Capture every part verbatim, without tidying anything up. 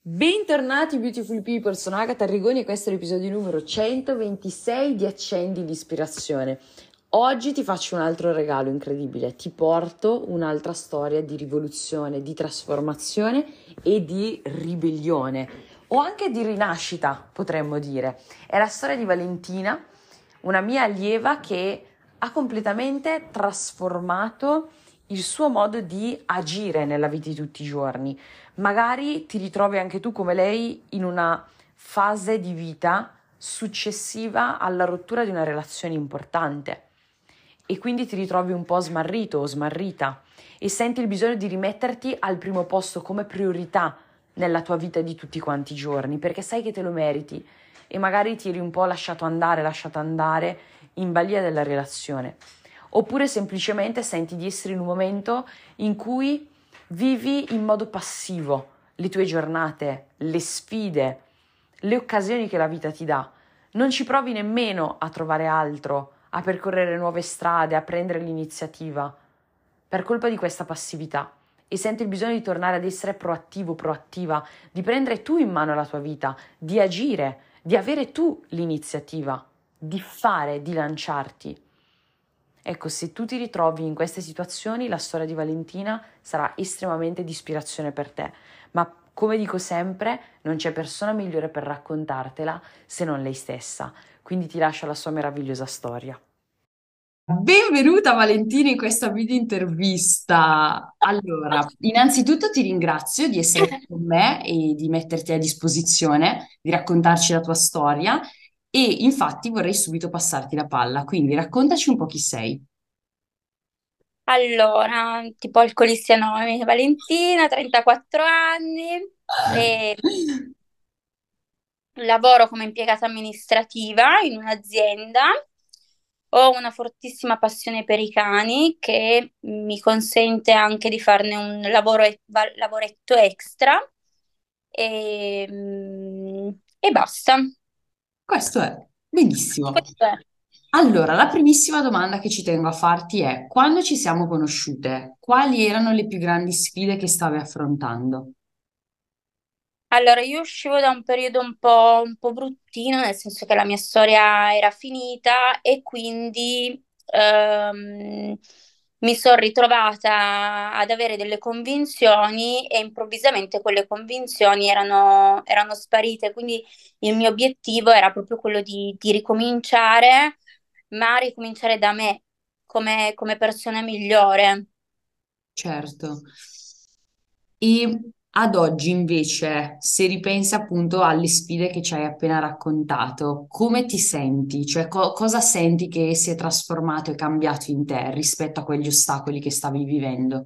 Bentornati Beautiful People, sono Agatha Arrigoni e questo è l'episodio numero centoventisei di Accendi l'Ispirazione. Oggi ti faccio un altro regalo incredibile, ti porto un'altra storia di rivoluzione, di trasformazione e di ribellione, o anche di rinascita, potremmo dire. È la storia di Valentina, una mia allieva che ha completamente trasformato il suo modo di agire nella vita di tutti i giorni. Magari ti ritrovi anche tu come lei in una fase di vita successiva alla rottura di una relazione importante e quindi ti ritrovi un po' smarrito o smarrita e senti il bisogno di rimetterti al primo posto come priorità nella tua vita di tutti quanti i giorni, perché sai che te lo meriti e magari ti eri un po' lasciato andare, lasciata andare in balia della relazione. Oppure semplicemente senti di essere in un momento in cui vivi in modo passivo le tue giornate, le sfide, le occasioni che la vita ti dà. Non ci provi nemmeno a trovare altro, a percorrere nuove strade, a prendere l'iniziativa per colpa di questa passività e senti il bisogno di tornare ad essere proattivo, proattiva, di prendere tu in mano la tua vita, di agire, di avere tu l'iniziativa, di fare, di lanciarti. Ecco, se tu ti ritrovi in queste situazioni, la storia di Valentina sarà estremamente di ispirazione per te. Ma come dico sempre, non c'è persona migliore per raccontartela se non lei stessa. Quindi ti lascio la sua meravigliosa storia. Benvenuta Valentina in questa video intervista. Allora, innanzitutto ti ringrazio di essere qui con me e di metterti a disposizione, di raccontarci la tua storia e infatti vorrei subito passarti la palla, quindi raccontaci un po' chi sei. Allora, tipo alcolisti anonimi, Valentina, trentaquattro anni, e lavoro come impiegata amministrativa in un'azienda. Ho una fortissima passione per i cani che mi consente anche di farne un lavoro, va- lavoretto extra e, mm, e basta. Questo è benissimo. Questo è. Allora, la primissima domanda che ci tengo a farti è: quando ci siamo conosciute, quali erano le più grandi sfide che stavi affrontando? Allora, io uscivo da un periodo un po', un po' bruttino, nel senso che la mia storia era finita e quindi ehm, mi sono ritrovata ad avere delle convinzioni e improvvisamente quelle convinzioni erano, erano sparite. Quindi il mio obiettivo era proprio quello di, di ricominciare, ma ricominciare da me come, come persona migliore. Certo. E ad oggi invece, se ripensi appunto alle sfide che ci hai appena raccontato, come ti senti? Cioè, co- cosa senti che si è trasformato e cambiato in te rispetto a quegli ostacoli che stavi vivendo?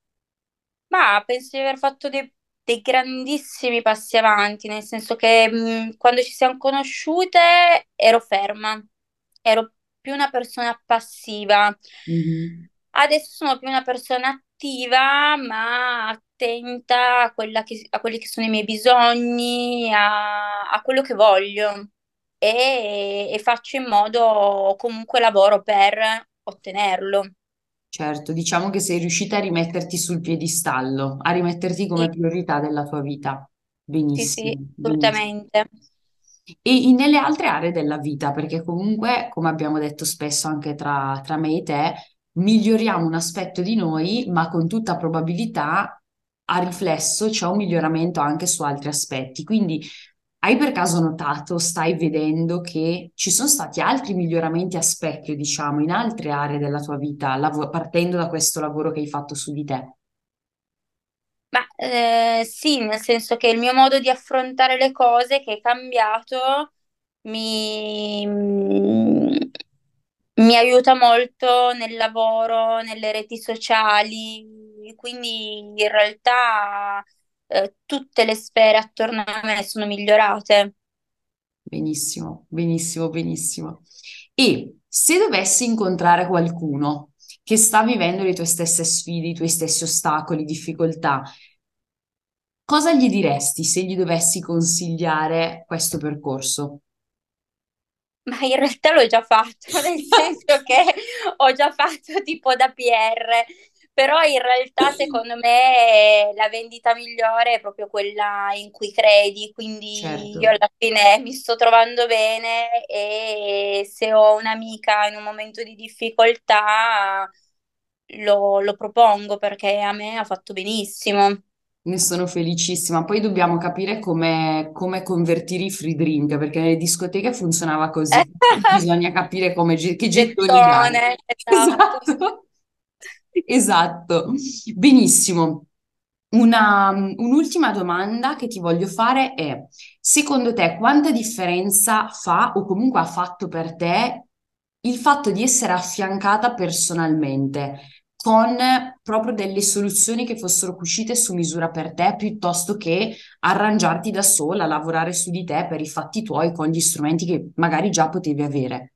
Ma penso di aver fatto dei, dei grandissimi passi avanti, nel senso che mh, quando ci siamo conosciute ero ferma, ero più una persona passiva. Mhm. Adesso sono più una persona attiva, ma attenta a, quella che- a quelli che sono i miei bisogni, a, a quello che voglio e, e faccio in modo, comunque lavoro per ottenerlo. Certo, diciamo che sei riuscita a rimetterti sul piedistallo, a rimetterti come Sì, priorità della tua vita. sì, sì, Benissimo, benissimo. assolutamente. E in- nelle altre aree della vita, perché comunque, come abbiamo detto spesso anche tra, tra me e te, miglioriamo un aspetto di noi, ma con tutta probabilità a riflesso c'è un miglioramento anche su altri aspetti. Quindi hai per caso notato, stai vedendo che ci sono stati altri miglioramenti a specchio, diciamo, in altre aree della tua vita, lav- partendo da questo lavoro che hai fatto su di te? Ma eh, sì, nel senso che il mio modo di affrontare le cose che è cambiato mi, mi aiuta molto nel lavoro, nelle reti sociali, quindi in realtà eh, tutte le sfere attorno a me sono migliorate. Benissimo, benissimo, benissimo. E se dovessi incontrare qualcuno che sta vivendo le tue stesse sfide, i tuoi stessi ostacoli, difficoltà, cosa gli diresti se gli dovessi consigliare questo percorso? Ma in realtà l'ho già fatto, nel senso che ho già fatto tipo da P R, Però in realtà secondo me la vendita migliore è proprio quella in cui credi, quindi io Certo. alla fine mi sto trovando bene e se ho un'amica in un momento di difficoltà lo, lo propongo perché a me ha fatto benissimo. Ne sono felicissima. Poi dobbiamo capire come, come convertire i free drink, perché nelle discoteche funzionava così. Bisogna capire come, ge- che gettoni dare. Gettone, esatto. Esatto. Esatto. Benissimo. Una- un'ultima domanda che ti voglio fare è, secondo te quanta differenza fa o comunque ha fatto per te il fatto di essere affiancata personalmente con proprio delle soluzioni che fossero cucite su misura per te, piuttosto che arrangiarti da sola, lavorare su di te per i fatti tuoi con gli strumenti che magari già potevi avere?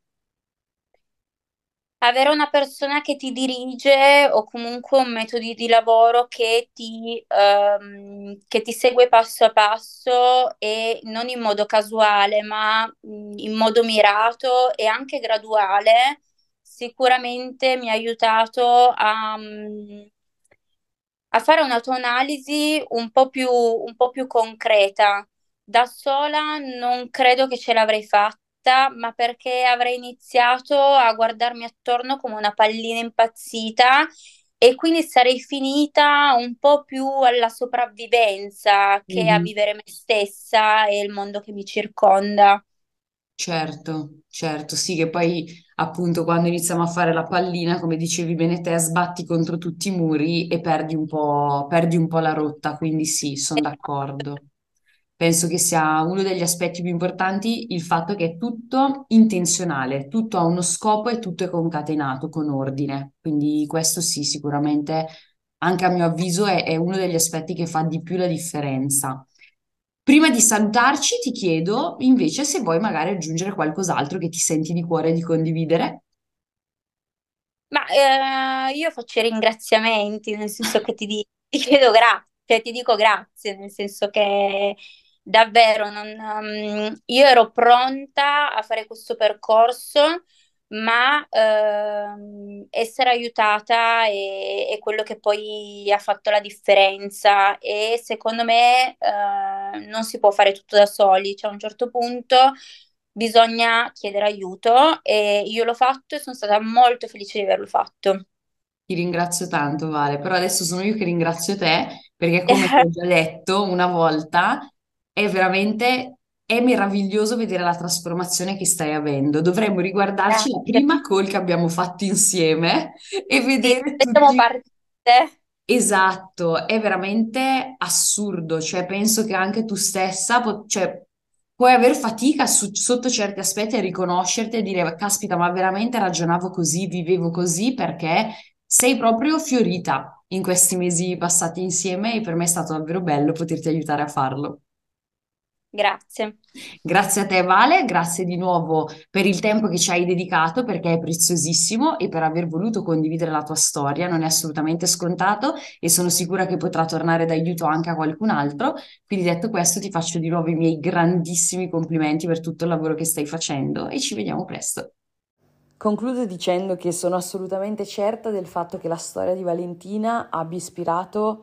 Avere una persona che ti dirige o comunque un metodo di lavoro che ti, ehm, che ti segue passo a passo e non in modo casuale, ma mh, in modo mirato e anche graduale, sicuramente mi ha aiutato a, mh, a fare un'autoanalisi un po' più, un po' più concreta. Da sola non credo che ce l'avrei fatta, ma perché avrei iniziato a guardarmi attorno come una pallina impazzita e quindi sarei finita un po' più alla sopravvivenza che a Mhm. vivere me stessa e il mondo che mi circonda. Certo, certo, sì, che poi appunto quando iniziamo a fare la pallina, come dicevi bene te, sbatti contro tutti i muri e perdi un po', perdi un po' la rotta, quindi sì, sono d'accordo. Penso che sia uno degli aspetti più importanti il fatto che è tutto intenzionale, tutto ha uno scopo e tutto è concatenato con ordine. Quindi questo sì, sicuramente, anche a mio avviso, è, è uno degli aspetti che fa di più la differenza. Prima di salutarci, ti chiedo invece se vuoi magari aggiungere qualcos'altro che ti senti di cuore di condividere. Ma eh, io faccio i ringraziamenti, nel senso che ti, di- ti chiedo grazie, ti dico grazie, nel senso che davvero non, um, io ero pronta a fare questo percorso, ma ehm, essere aiutata è, è quello che poi ha fatto la differenza e secondo me eh, non si può fare tutto da soli, cioè a un certo punto bisogna chiedere aiuto e io l'ho fatto e sono stata molto felice di averlo fatto. Ti ringrazio tanto, Vale, però adesso sono io che ringrazio te perché come ti ho già detto una volta, è veramente, è meraviglioso vedere la trasformazione che stai avendo. Dovremmo riguardarci la Grazie. prima call che abbiamo fatto insieme e Sì, vedere siamo tutti. partite. Esatto, è veramente assurdo, cioè penso che anche tu stessa, po- cioè, puoi aver fatica su- sotto certi aspetti a riconoscerti e dire, caspita, ma veramente ragionavo così, vivevo così, perché sei proprio fiorita in questi mesi passati insieme e per me è stato davvero bello poterti aiutare a farlo. Grazie. Grazie a te, Vale, grazie di nuovo per il tempo che ci hai dedicato perché è preziosissimo e per aver voluto condividere la tua storia. Non è assolutamente scontato e sono sicura che potrà tornare d'aiuto anche a qualcun altro. Quindi detto questo, ti faccio di nuovo i miei grandissimi complimenti per tutto il lavoro che stai facendo e ci vediamo presto. Concludo dicendo che sono assolutamente certa del fatto che la storia di Valentina abbia ispirato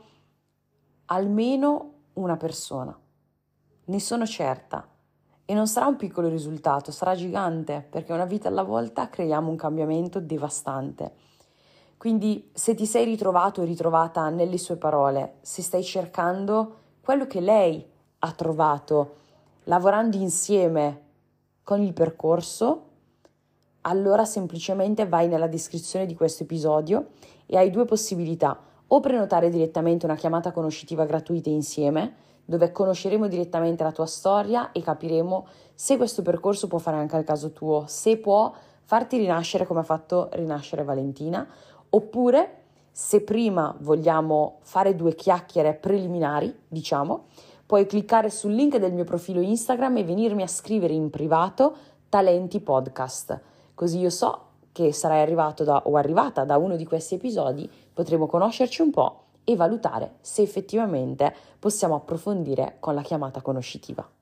almeno una persona. Ne sono certa. E non sarà un piccolo risultato, sarà gigante, perché una vita alla volta creiamo un cambiamento devastante. Quindi se ti sei ritrovato o ritrovata nelle sue parole, se stai cercando quello che lei ha trovato, lavorando insieme con il percorso, allora semplicemente vai nella descrizione di questo episodio e hai due possibilità: o prenotare direttamente una chiamata conoscitiva gratuita insieme, dove conosceremo direttamente la tua storia e capiremo se questo percorso può fare anche al caso tuo, se può farti rinascere come ha fatto rinascere Valentina, oppure se prima vogliamo fare due chiacchiere preliminari, diciamo, puoi cliccare sul link del mio profilo Instagram e venirmi a scrivere in privato Talenti Podcast. Così io so che sarai arrivato da, o arrivata da uno di questi episodi, potremo conoscerci un po' e valutare se effettivamente possiamo approfondire con la chiamata conoscitiva.